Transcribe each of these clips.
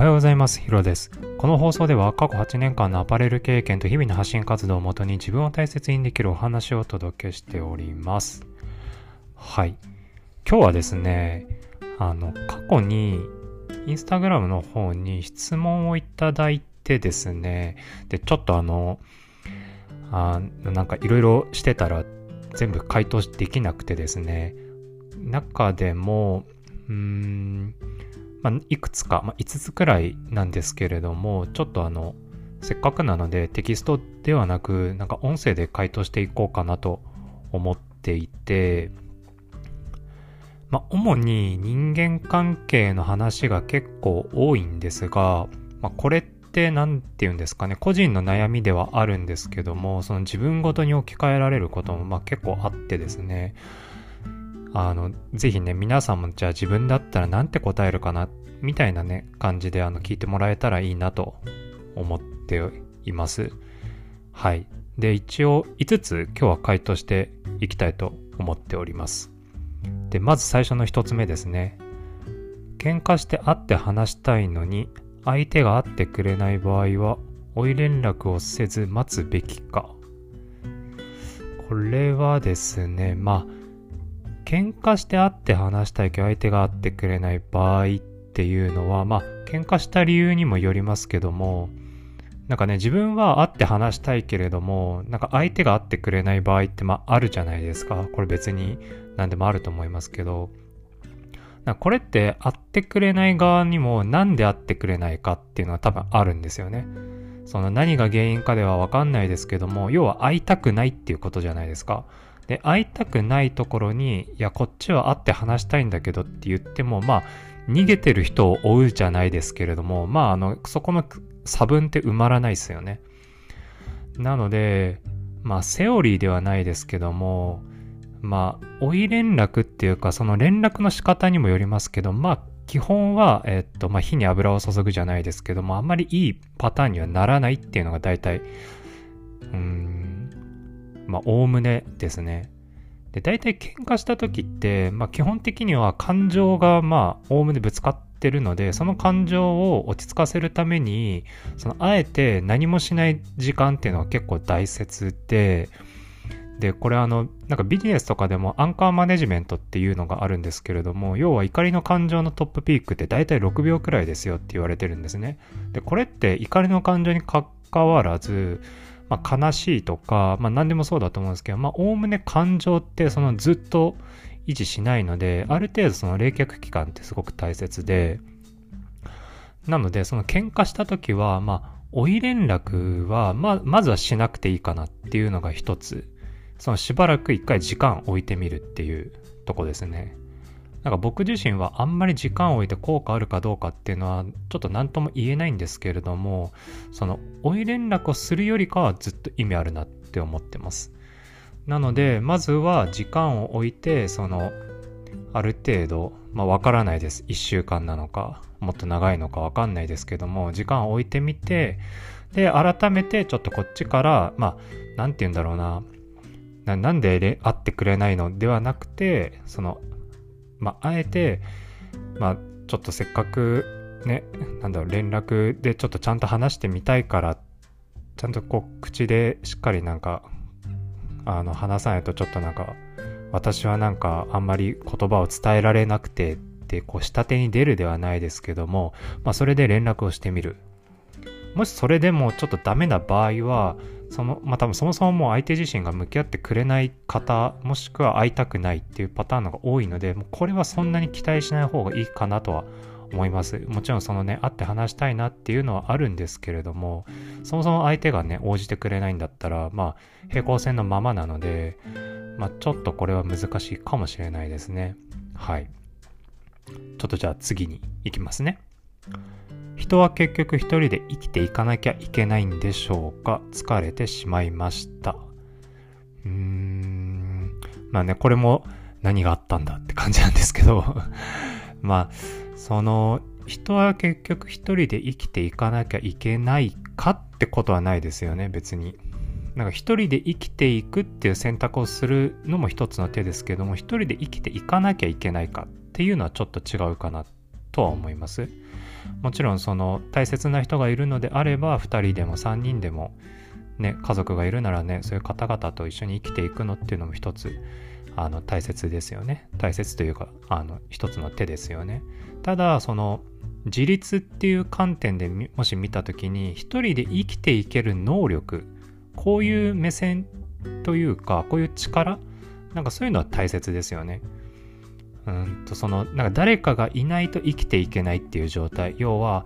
はようございます。ヒロです。この放送では過去8年間のアパレル経験と日々の発信活動をもとに自分を大切にできるお話をお届けしております。はい。今日はですね、過去にインスタグラムの方に質問をいただいてですね、で、ちょっとなんかいろいろしてたら全部回答できなくてですね、中でも、いくつか、5つくらいなんですけれども、ちょっとせっかくなのでテキストではなく、なんか音声で回答していこうかなと思っていて、主に人間関係の話が結構多いんですが、これってなんて言うんですかね、個人の悩みではあるんですけども、その自分ごとに置き換えられることも結構あってですね、ぜひね、皆さんもじゃあ自分だったらなんて答えるかな、みたいなね、感じで聞いてもらえたらいいなと思っています。はい。で、一応5つ今日は回答していきたいと思っております。で、まず最初の1つ目ですね。喧嘩して会って話したいのに、相手が会ってくれない場合は、追い連絡をせず待つべきか。これはですね、喧嘩して会って話したいけど相手が会ってくれない場合っていうのは、喧嘩した理由にもよりますけども、なんかね、自分は会って話したいけれども、なんか相手が会ってくれない場合ってあるじゃないですか。これ別に何でもあると思いますけど、これって会ってくれない側にもなんで会ってくれないかっていうのは多分あるんですよね。その何が原因かでは分かんないですけども、要は会いたくないっていうことじゃないですか。で、会いたくないところに、いや、こっちは会って話したいんだけどって言っても、逃げてる人を追うじゃないですけれども、そこの差分って埋まらないですよね。なので、セオリーではないですけども、追い連絡っていうか、その連絡の仕方にもよりますけど、基本は、火に油を注ぐじゃないですけども、あんまりいいパターンにはならないっていうのが大体、おおむねですね。で、大体喧嘩した時って、基本的には感情がおおむねぶつかってるので、その感情を落ち着かせるために、あえて何もしない時間っていうのは結構大切で、これなんかビジネスとかでもアンカーマネジメントっていうのがあるんですけれども、要は怒りの感情のトップピークって大体6秒くらいですよって言われてるんですね。で、これって怒りの感情に関わらず、悲しいとか、何でもそうだと思うんですけど、おおむね感情ってずっと維持しないので、ある程度その冷却期間ってすごく大切で、なのでその喧嘩した時は、追い連絡は、まずはしなくていいかなっていうのが一つ。そのしばらく一回時間を置いてみるっていうとこですね。なんか僕自身はあんまり時間を置いて効果あるかどうかっていうのはちょっと何とも言えないんですけれども、その追い連絡をするよりかはずっと意味あるなって思ってます。なのでまずは時間を置いて、ある程度わからないです。1週間なのかもっと長いのかわかんないですけども、時間を置いてみて、で改めてちょっとこっちからなんて言うんだろうな、なんで会ってくれないのではなくて、あえて、ちょっとせっかくね、連絡でちょっとちゃんと話してみたいから、ちゃんと口でしっかり話さないとちょっと私はあんまり言葉を伝えられなくてって、下手に出るではないですけども、それで連絡をしてみる。もしそれでもちょっとダメな場合は、多分そもそももう相手自身が向き合ってくれない方、もしくは会いたくないっていうパターンのが多いので、もうこれはそんなに期待しない方がいいかなとは思います。もちろん会って話したいなっていうのはあるんですけれども、そもそも相手がね、応じてくれないんだったら、平行線のままなので、ちょっとこれは難しいかもしれないですね。はい。ちょっとじゃあ次に行きますね。人は結局一人で生きていかなきゃいけないんでしょうか。疲れてしまいました。これも何があったんだって感じなんですけど人は結局一人で生きていかなきゃいけないかってことはないですよね、別に。一人で生きていくっていう選択をするのも一つの手ですけども、一人で生きていかなきゃいけないかっていうのはちょっと違うかなとは思います。 もちろんその大切な人がいるのであれば2人でも3人でもね、家族がいるならね、そういう方々と一緒に生きていくのっていうのも一つ大切ですよね。大切というか一つの手ですよね。ただその自立っていう観点でもし見た時に、一人で生きていける能力、こういう目線というか、こういう力、なんかそういうのは大切ですよね。そのなんか誰かがいないと生きていけないっていう状態、要は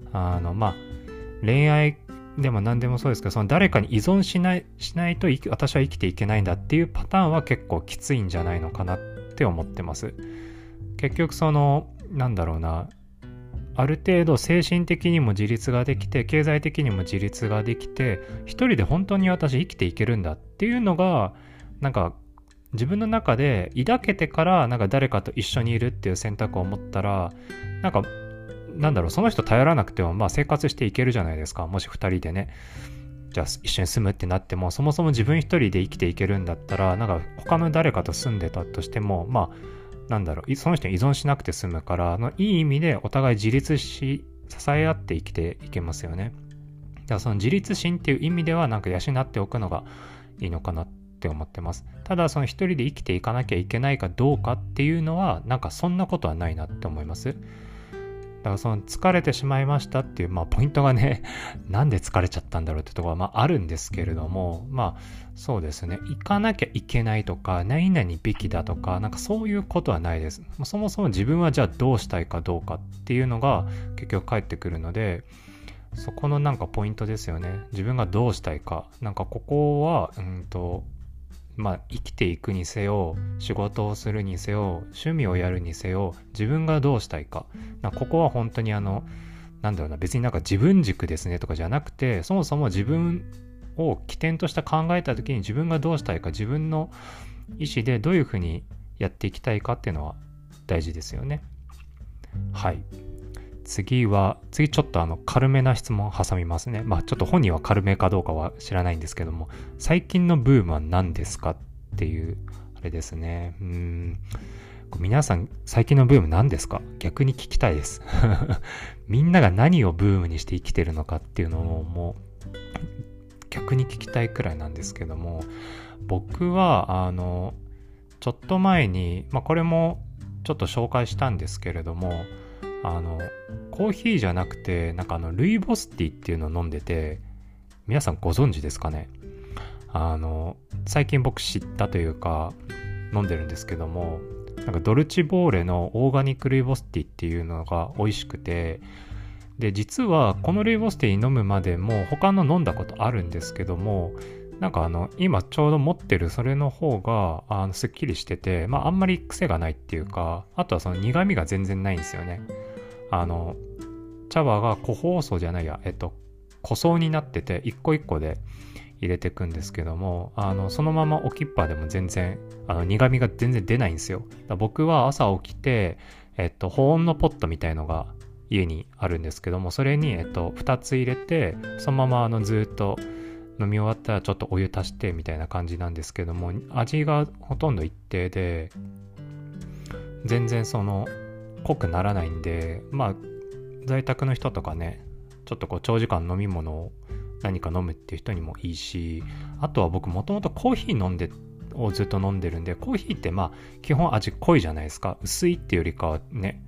恋愛でも何でもそうですけど、その誰かに依存しないと私は生きていけないんだっていうパターンは結構きついんじゃないのかなって思ってます。結局そのある程度精神的にも自立ができて、経済的にも自立ができて、一人で本当に私生きていけるんだっていうのがなんか自分の中で抱けてから、なんか誰かと一緒にいるっていう選択を持ったら、その人頼らなくても生活していけるじゃないですか。もし2人でね、じゃあ一緒に住むってなっても、そもそも自分一人で生きていけるんだったら、なんか他の誰かと住んでたとしてもその人に依存しなくて済むから、いい意味でお互い自立し支え合って生きていけますよね。だからその自立心っていう意味ではなんか養っておくのがいいのかなって思ってます。ただその一人で生きていかなきゃいけないかどうかっていうのはなんかそんなことはないなって思います。だからその疲れてしまいましたっていうポイントがねなんで疲れちゃったんだろうってところはあるんですけれども、そうですね、行かなきゃいけないとか何々べきだとかなんかそういうことはないです。そもそも自分はじゃあどうしたいかどうかっていうのが結局返ってくるので、そこのなんかポイントですよね。自分がどうしたいか、なんかここは生きていくにせよ、仕事をするにせよ、趣味をやるにせよ、自分がどうしたいか、ここは本当に別になんか自分軸ですねとかじゃなくて、そもそも自分を起点とした考えた時に自分がどうしたいか、自分の意思でどういうふうにやっていきたいかっていうのは大事ですよね。はい。次ちょっと軽めな質問挟みますね。ちょっと本人は軽めかどうかは知らないんですけども、最近のブームは何ですかっていうあれですね。皆さん最近のブーム何ですか？逆に聞きたいですみんなが何をブームにして生きてるのかっていうのをもう逆に聞きたいくらいなんですけども、僕はちょっと前にこれもちょっと紹介したんですけれども、コーヒーじゃなくてルイボスティーっていうのを飲んでて、皆さんご存知ですかね？最近僕知ったというか飲んでるんですけども、ドルチボーレのオーガニックルイボスティーっていうのが美味しくて、で実はこのルイボスティー飲むまでも他の飲んだことあるんですけども、今ちょうど持ってるそれの方がすっきりしてて、あんまり癖がないっていうか、あとはその苦味が全然ないんですよね。茶葉が個層になってて一個一個で入れていくんですけども、そのまま置きっぱでも全然苦味が全然出ないんですよ。僕は朝起きて保温のポットみたいのが家にあるんですけども、それに2つ入れて、そのままずっと飲み終わったらちょっとお湯足してみたいな感じなんですけども、味がほとんど一定で全然濃くならないんで、在宅の人とかね、ちょっと長時間飲み物を何か飲むっていう人にもいいし、あとは僕もともとコーヒーをずっと飲んでるんで、コーヒーって基本味濃いじゃないですか。薄いっていうよりかはね、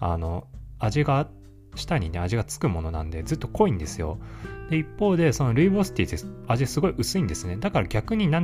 舌にね味がつくものなんでずっと濃いんですよ。で一方でそのルイボスティーって味すごい薄いんですね。だから逆に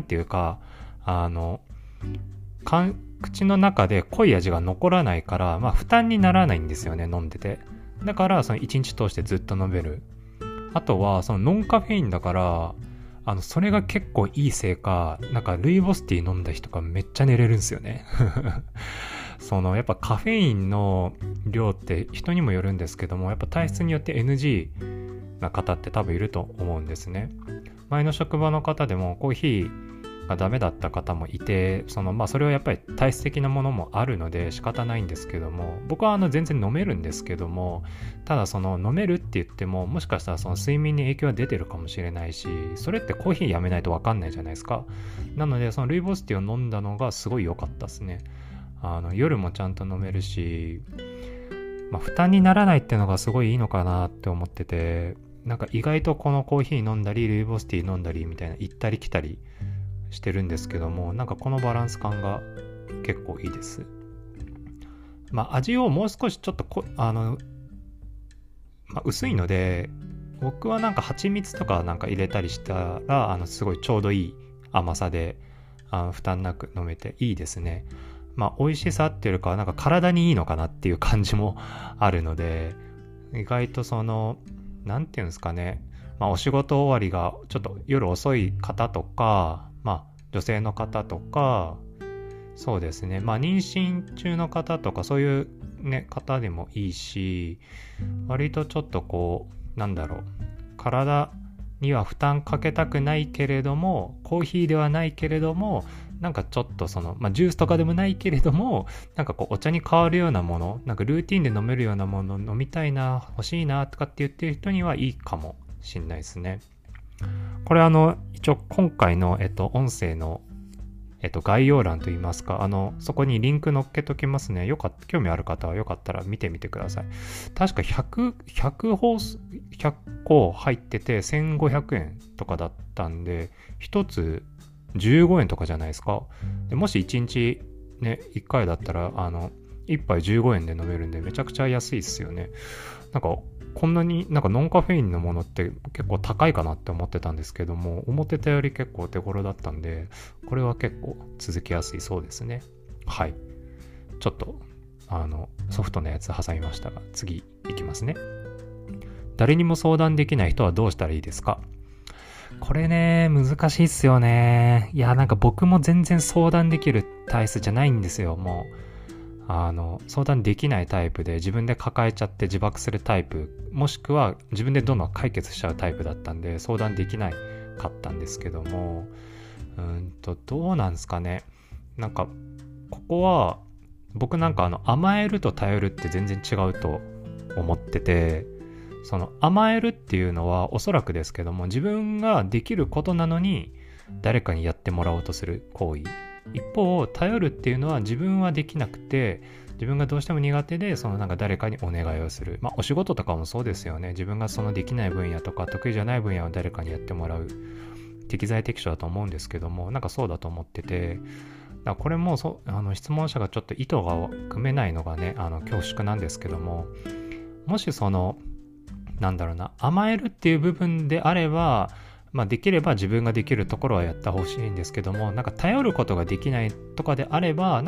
口の中で濃い味が残らないから、負担にならないんですよね、飲んでて。だからその1日通してずっと飲める。あとはそのノンカフェインだからそれが結構いいせいか、ルイボスティー飲んだ人がめっちゃ寝れるんですよねやっぱカフェインの量って人にもよるんですけども、やっぱ体質によって NG な方って多分いると思うんですね。前の職場の方でもコーヒーがダメだった方もいて、それはやっぱり体質的なものもあるので仕方ないんですけども、僕は全然飲めるんですけども、ただ飲めるって言ってももしかしたら睡眠に影響が出てるかもしれないし、それってコーヒーやめないと分かんないじゃないですか。なのでルイボスティーを飲んだのがすごい良かったですね。夜もちゃんと飲めるし、 負担にならないっていうのがすごいいいのかなって思ってて、なんか意外とこのコーヒー飲んだり、ルイボスティー飲んだりみたいな行ったり来たりしてるんですけども、なんかこのバランス感が結構いいです。味をもう少しちょっと薄いので、僕はなんか蜂蜜とかなんか入れたりしたら、すごいちょうどいい甘さで、負担なく飲めていいですね。美味しさっていうよりかはなんか体にいいのかなっていう感じもあるので、意外となんていうんですかね、お仕事終わりがちょっと夜遅い方とか、女性の方とか、そうですね、妊娠中の方とかそういうね、方でもいいし、割とちょっと体には負担かけたくないけれども、コーヒーではないけれども、なんかちょっとジュースとかでもないけれども、なんかお茶に変わるようなもの、なんかルーティンで飲めるようなもの飲みたいな、欲しいなとかって言ってる人にはいいかもしんないですね。これ一応今回の音声の概要欄といいますか、そこにリンク載っけときますね。興味ある方はよかったら見てみてください。確か100個入ってて1500円とかだったんで、1つ15円とかじゃないですか。でもし1日ね、1回だったら、1杯15円で飲めるんで、めちゃくちゃ安いっすよね。なんか、こんなになんかノンカフェインのものって結構高いかなって思ってたんですけども、思ってたより結構手頃だったんで、これは結構続きやすいそうですね。はい。ちょっと、ソフトなやつ挟みましたが、次いきますね。誰にも相談できない人はどうしたらいいですか？これね、難しいっすよね。いや、なんか僕も全然相談できる体質じゃないんですよ、もう。相談できないタイプで自分で抱えちゃって自爆するタイプ、もしくは自分でどんどん解決しちゃうタイプだったんで相談できないかったんですけども、どうなんですかね。なんかここは僕なんか甘えると頼るって全然違うと思ってて、その甘えるっていうのはおそらくですけども、自分ができることなのに誰かにやってもらおうとする行為。一方、頼るっていうのは自分はできなくて、自分がどうしても苦手で、なんか誰かにお願いをする。お仕事とかもそうですよね。自分ができない分野とか得意じゃない分野を誰かにやってもらう。適材適所だと思うんですけども、なんかそうだと思ってて、だからこれも質問者がちょっと意図が組めないのがね、恐縮なんですけども、もし甘えるっていう部分であれば、できれば自分ができるところはやってほしいんですけども、なんか頼ることができないとかであれば、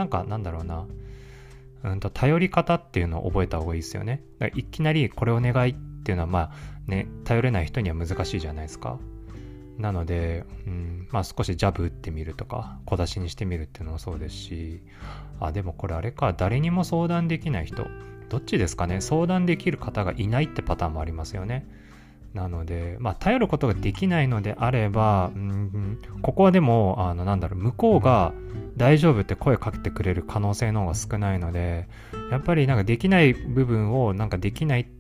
頼り方っていうのを覚えた方がいいですよね。だからいきなりこれお願いっていうのは頼れない人には難しいじゃないですか。なので、少しジャブ打ってみるとか、小出しにしてみるっていうのもそうですし、でもこれあれか、誰にも相談できない人、どっちですかね。相談できる方がいないってパターンもありますよね。なので、頼ることができないのであれば、ここはでも、向こうが大丈夫って声かけてくれる可能性の方が少ないので、やっぱりなんかできない部分をなんかできないって、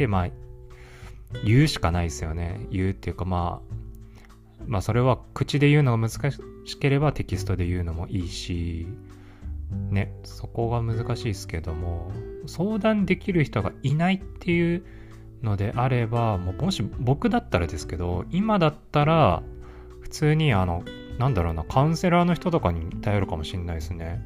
言うしかないですよね。言うっていうか、それは口で言うのが難しければテキストで言うのもいいし、ね、そこが難しいですけども、相談できる人がいないっていうのであれば、もし僕だったらですけど、今だったら普通にカウンセラーの人とかに頼るかもしれないですね。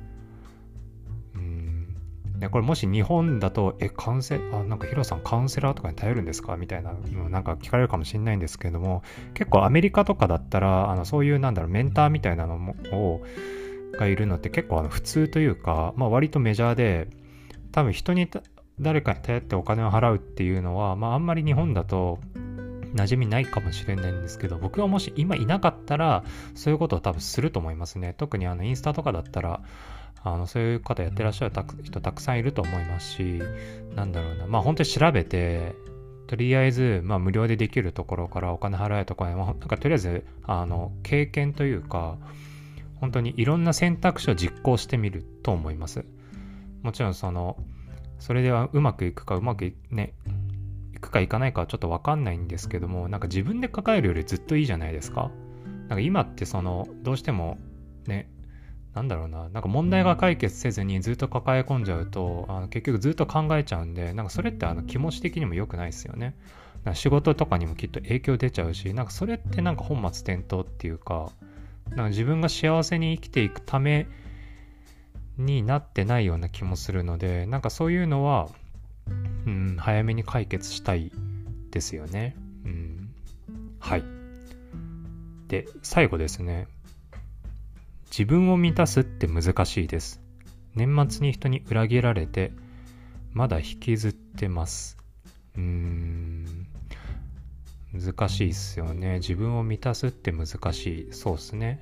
これもし日本だと、なんかヒロさんカウンセラーとかに頼るんですかみたいななんか聞かれるかもしれないんですけども、結構アメリカとかだったらそういうメンターみたいなのがいるのって結構普通というか、割とメジャーで、多分誰かに頼ってお金を払うっていうのは、あんまり日本だと馴染みないかもしれないんですけど、僕はもし今いなかったらそういうことを多分すると思いますね。特にインスタとかだったらそういう方やってらっしゃる人たくさんいると思いますし、本当に調べて、とりあえず無料でできるところからお金払えとか、なんかとりあえず経験というか、本当にいろんな選択肢を実行してみると思います。もちろんそれではうまくいくかいくかいかないかはちょっとわかんないんですけども、なんか自分で抱えるよりずっといいじゃないですか。なんか今ってどうしてもね、 なんだろうな、なんか問題が解決せずにずっと抱え込んじゃうと、結局ずっと考えちゃうんで、なんかそれって気持ち的にも良くないですよね。なんか仕事とかにもきっと影響出ちゃうし、なんかそれってなんか本末転倒っていうか、なんか自分が幸せに生きていくためになってないような気もするので、なんかそういうのは、早めに解決したいですよね。はい。で、最後ですね。自分を満たすって難しいです。年末に人に裏切られて、まだ引きずってます。難しいっすよね。自分を満たすって難しい。そうっすね。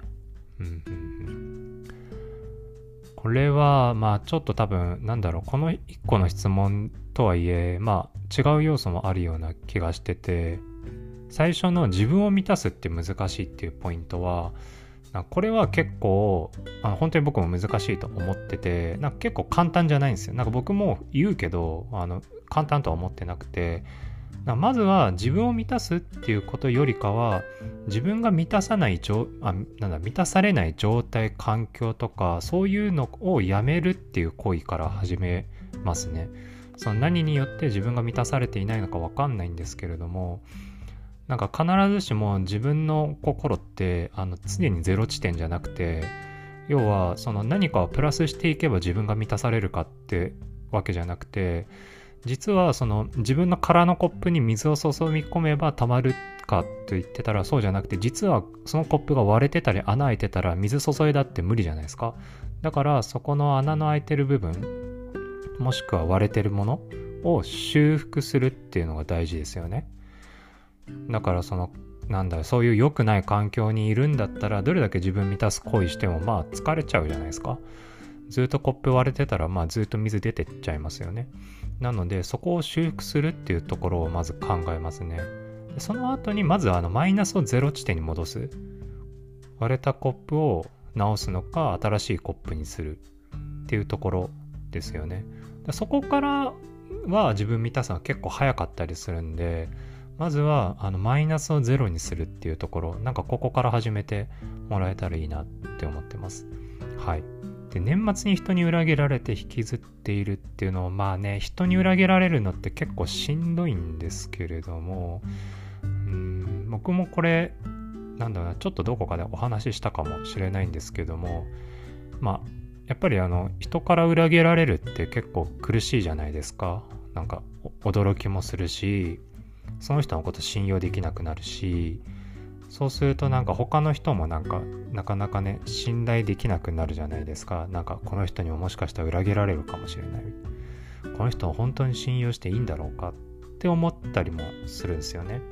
これは、まあちょっと多分、この一個の質問とはいえ、まあ違う要素もあるような気がしてて、最初の自分を満たすって難しいっていうポイントは、これは結構本当に僕も難しいと思ってて、なんか結構簡単じゃないんですよ。なんか僕も言うけど簡単とは思ってなくて、まずは自分を満たすっていうことよりかは、自分が満たさない満たされない状態、環境とかそういうのをやめるっていう行為から始めますね。その何によって自分が満たされていないのか分かんないんですけれども、なんか必ずしも自分の心って常にゼロ地点じゃなくて、要はその何かをプラスしていけば自分が満たされるかってわけじゃなくて、実はその自分の空のコップに水を注ぎ込めば溜まるかと言ってたらそうじゃなくて、実はそのコップが割れてたり穴開いてたら水注いだって無理じゃないですか。だからそこの穴の開いてる部分、もしくは割れてるものを修復するっていうのが大事ですよね。だからそういう良くない環境にいるんだったら、どれだけ自分満たす行為してもまあ疲れちゃうじゃないですか。ずっとコップ割れてたらまあずっと水出てっちゃいますよね。なのでそこを修復するっていうところをまず考えますね。でその後にまずマイナスをゼロ地点に戻す。割れたコップを直すのか新しいコップにするっていうところですよね。そこからは自分満たすのは結構早かったりするんで、まずはマイナスをゼロにするっていうところ、なんかここから始めてもらえたらいいなって思ってます。はい。で、年末に人に裏切られて引きずっているっていうのを、まあね、人に裏切られるのって結構しんどいんですけれども、僕もこれちょっとどこかでお話ししたかもしれないんですけども、まあやっぱり人から裏切られるって結構苦しいじゃないですか。なんか驚きもするし、その人のこと信用できなくなるし、そうするとなんか他の人もなかなかね、信頼できなくなるじゃないですか。なんかこの人にももしかしたら裏切られるかもしれない。この人を本当に信用していいんだろうかって思ったりもするんですよね。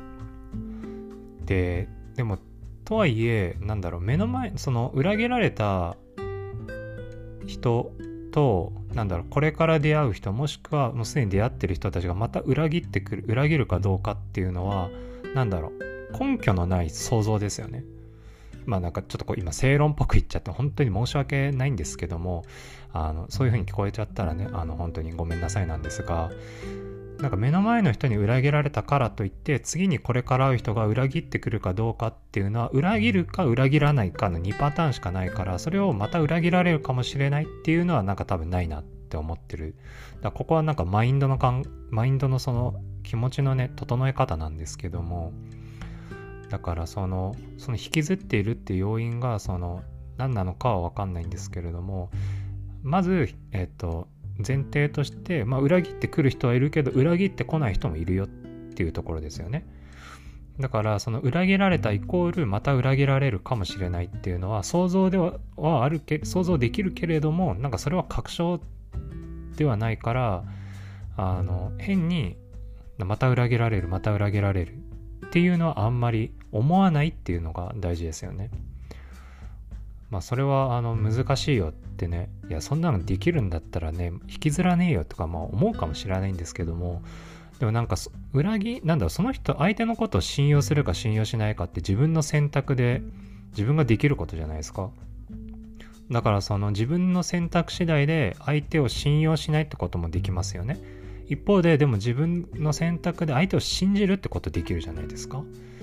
でもとはいえ目の前その裏切られた人とこれから出会う人、もしくはもうすでに出会ってる人たちがまた裏切るかどうかっていうのは根拠のない想像ですよね。まあちょっと今正論っぽく言っちゃって本当に申し訳ないんですけども、そういう風に聞こえちゃったらね、本当にごめんなさいなんですが、目の前の人に裏切られたからといって次にこれから会う人が裏切ってくるかどうかっていうのは、裏切るか裏切らないかの2パターンしかないから、それをまた裏切られるかもしれないっていうのは多分ないなって思ってる。だからここはマインドのその気持ちのね整え方なんですけども、だからその引きずっているっていう要因が何なのかは分かんないんですけれども、まず前提として、裏切ってくる人はいるけど裏切ってこない人もいるよっていうところですよね。だからその裏切られたイコールまた裏切られるかもしれないっていうのは想像できるけれども、それは確証ではないから、変にまた裏切られるっていうのはあんまり思わないっていうのが大事ですよね。それは難しいよってね、いやそんなのできるんだったらね引きずらねえよとか思うかもしれないんですけども、でもその人相手のことを信用するか信用しないかって自分の選択で自分ができることじゃないですか。だからその自分の選択次第で相手を信用しないってこともできますよね。一方ででも自分の選択で相手を信じるってことできるじゃないですか。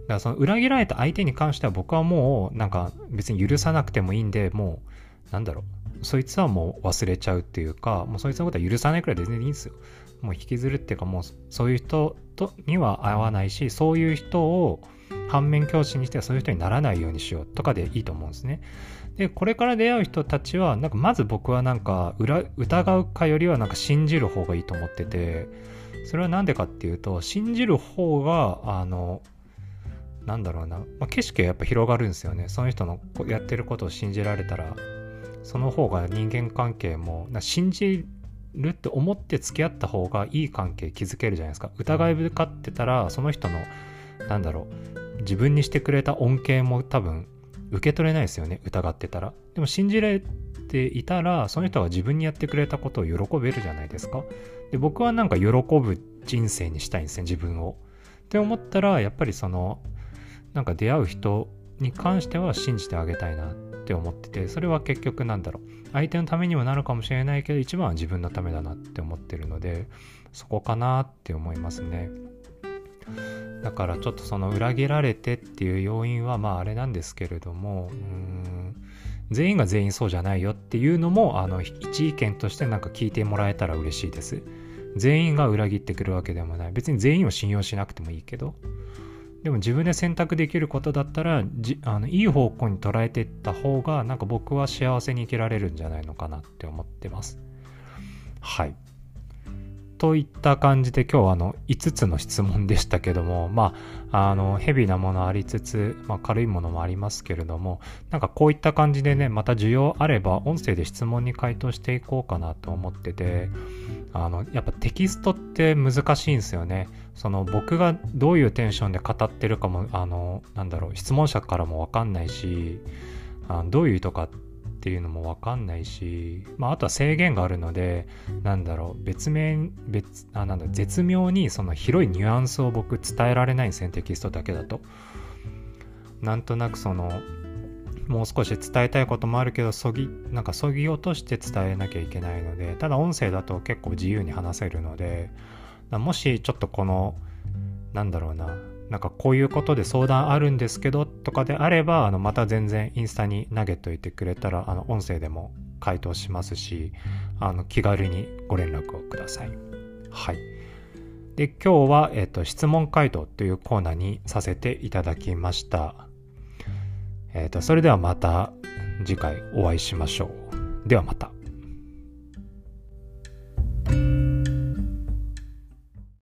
らその裏切られた相手に関しては僕はもうなんか別に許さなくてもいいんで、もうなんだろう、そいつはもう忘れちゃうっていうか、もうそいつのことは許さないくらいで全然いいんですよ。もう引きずるっていうか、もうそういう人には合わないし、そういう人を反面教師にしてはそういう人にならないようにしようとかでいいと思うんですね。でこれから出会う人たちはなんかまず僕はなんか疑うかよりはなんか信じる方がいいと思ってて、それはなんでかっていうと、信じる方がなんだろうな、景色がやっぱ広がるんですよね。その人のやってることを信じられたら、その方が人間関係も信じるって思って付き合った方がいい関係築けるじゃないですか。疑い深ってたらその人のなんだろう、自分にしてくれた恩恵も多分受け取れないですよね、疑ってたら。でも信じられていたらその人が自分にやってくれたことを喜べるじゃないですか。で僕はなんか喜ぶ人生にしたいんですね、自分を。って思ったらやっぱりそのなんか出会う人に関しては信じてあげたいなって思ってて、それは結局なんだろう、相手のためにもなるかもしれないけど一番は自分のためだなって思ってるので、そこかなって思いますね。だからちょっとその裏切られてっていう要因はあれなんですけれども、全員が全員そうじゃないよっていうのも一意見としてなんか聞いてもらえたら嬉しいです。全員が裏切ってくるわけでもない、別に全員を信用しなくてもいいけど、でも自分で選択できることだったらいい方向に捉えていった方がなんか僕は幸せに生きられるんじゃないのかなって思ってます。はい。といった感じで今日は5つの質問でしたけども、ヘビーなものありつつ、軽いものもありますけれども、なんかこういった感じでね、また需要あれば音声で質問に回答していこうかなと思ってて、やっぱテキストって難しいんですよね。その僕がどういうテンションで語ってるかもなんだろう、質問者からも分かんないし、どういう意図かっていうのも分かんないし、あとは制限があるので、なんだろう、絶妙にその広いニュアンスを僕伝えられないんですね、テキストだけだと。なんとなくそのもう少し伝えたいこともあるけどそぎ落として伝えなきゃいけないので、ただ音声だと結構自由に話せるので、もしちょっとこのなんだろうな、なんかこういうことで相談あるんですけどとかであればまた全然インスタに投げといてくれたら音声でも回答しますし、気軽にご連絡をください。はい。で今日は、質問回答というコーナーにさせていただきました。それではまた次回お会いしましょう。ではまた。